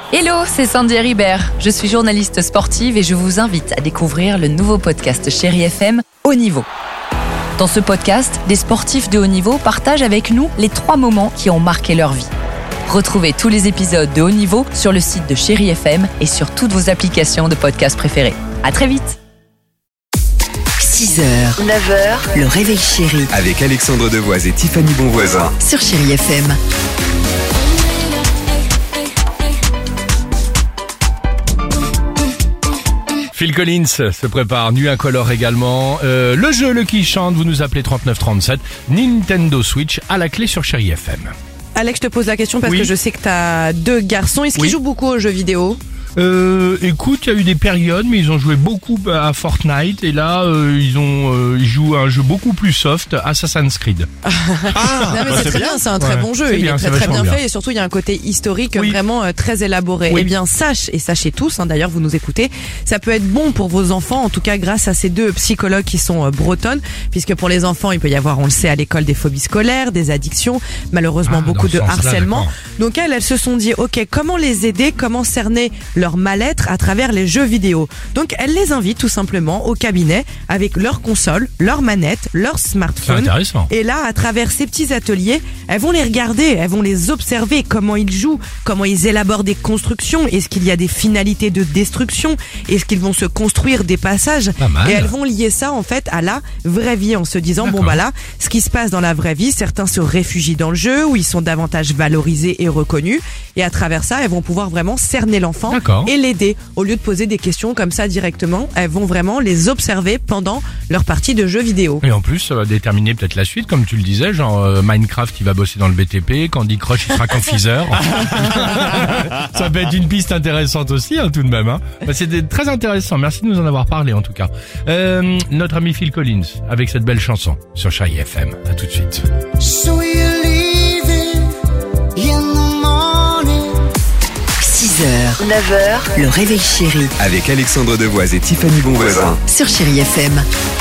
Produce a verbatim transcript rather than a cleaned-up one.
Hello, c'est Sandy Ribert. Je suis journaliste sportive et je vous invite à découvrir le nouveau podcast Chérie F M, Haut Niveau. Dans ce podcast, des sportifs de haut niveau partagent avec nous les trois moments qui ont marqué leur vie. Retrouvez tous les épisodes de Haut Niveau sur le site de Chérie F M et sur toutes vos applications de podcast préférées. À très vite. six heures, neuf heures, le réveil chéri Avec Alexandre Devoise et Tiffany Bonvoisin. sur Chérie F M. Phil Collins se prépare, Nuit Incolore également. Euh, le jeu, le qui chante, vous nous appelez trente-neuf trente-sept. Nintendo Switch à la clé sur Chérie F M. Alex, je te pose la question parce Oui. que je sais que t'as deux garçons. Est-ce qu'ils Oui. jouent beaucoup aux jeux vidéo? Euh, écoute, il y a eu des périodes, mais ils ont joué beaucoup à Fortnite et là, euh, ils ont, euh, ils jouent à un jeu beaucoup plus soft, Assassin's Creed. Non mais c'est très bien, c'est un très Ouais, bon jeu. c'est Il bien, est c'est très très vachement bien bien. fait et surtout il y a un côté historique Oui. vraiment euh, très élaboré. Oui. Eh bien sache et sachez tous, hein, d'ailleurs vous nous écoutez, ça peut être bon pour vos enfants, en tout cas grâce à ces deux psychologues qui sont euh, bretonnes, puisque pour les enfants il peut y avoir, on le sait, à l'école des phobies scolaires, des addictions, malheureusement Ah, beaucoup dans de ce sens-là, harcèlement. d'accord. Donc elles, elles se sont dit, ok, comment les aider, comment cerner leur mal-être à travers les jeux vidéo. Donc elles les invitent tout simplement au cabinet avec leur console, leur manette, leur C'est smartphone. intéressant. Et là, à travers ces petits ateliers, elles vont les regarder, elles vont les observer, comment ils jouent, comment ils élaborent des constructions, est-ce qu'il y a des finalités de destruction, est-ce qu'ils vont se construire des passages. Pas mal. Et elles vont lier ça en fait à la vraie vie en se disant, bon D'accord. bah là, ce qui se passe dans la vraie vie, certains se réfugient dans le jeu où ils sont davantage valorisés et reconnus. Et à travers ça, elles vont pouvoir vraiment cerner l'enfant D'accord. et l'aider. Au lieu de poser des questions comme ça directement, elles vont vraiment les observer pendant leur partie de jeux vidéo. Et en plus, ça va déterminer peut-être la suite, comme tu le disais, genre euh, Minecraft, il va bosser dans le B T P, Candy Crush, il sera confiseur. Ça peut être une piste intéressante aussi, hein, tout de même. Hein. Bah, c'était très intéressant, merci de nous en avoir parlé en tout cas. Euh, notre ami Phil Collins, avec cette belle chanson sur Chérie F M. À tout de suite. So you're leaving in the morning. six heures, neuf heures, le réveil chéri Avec Alexandre Devoise et Tiffany Bonvoisin. sur Chérie F M.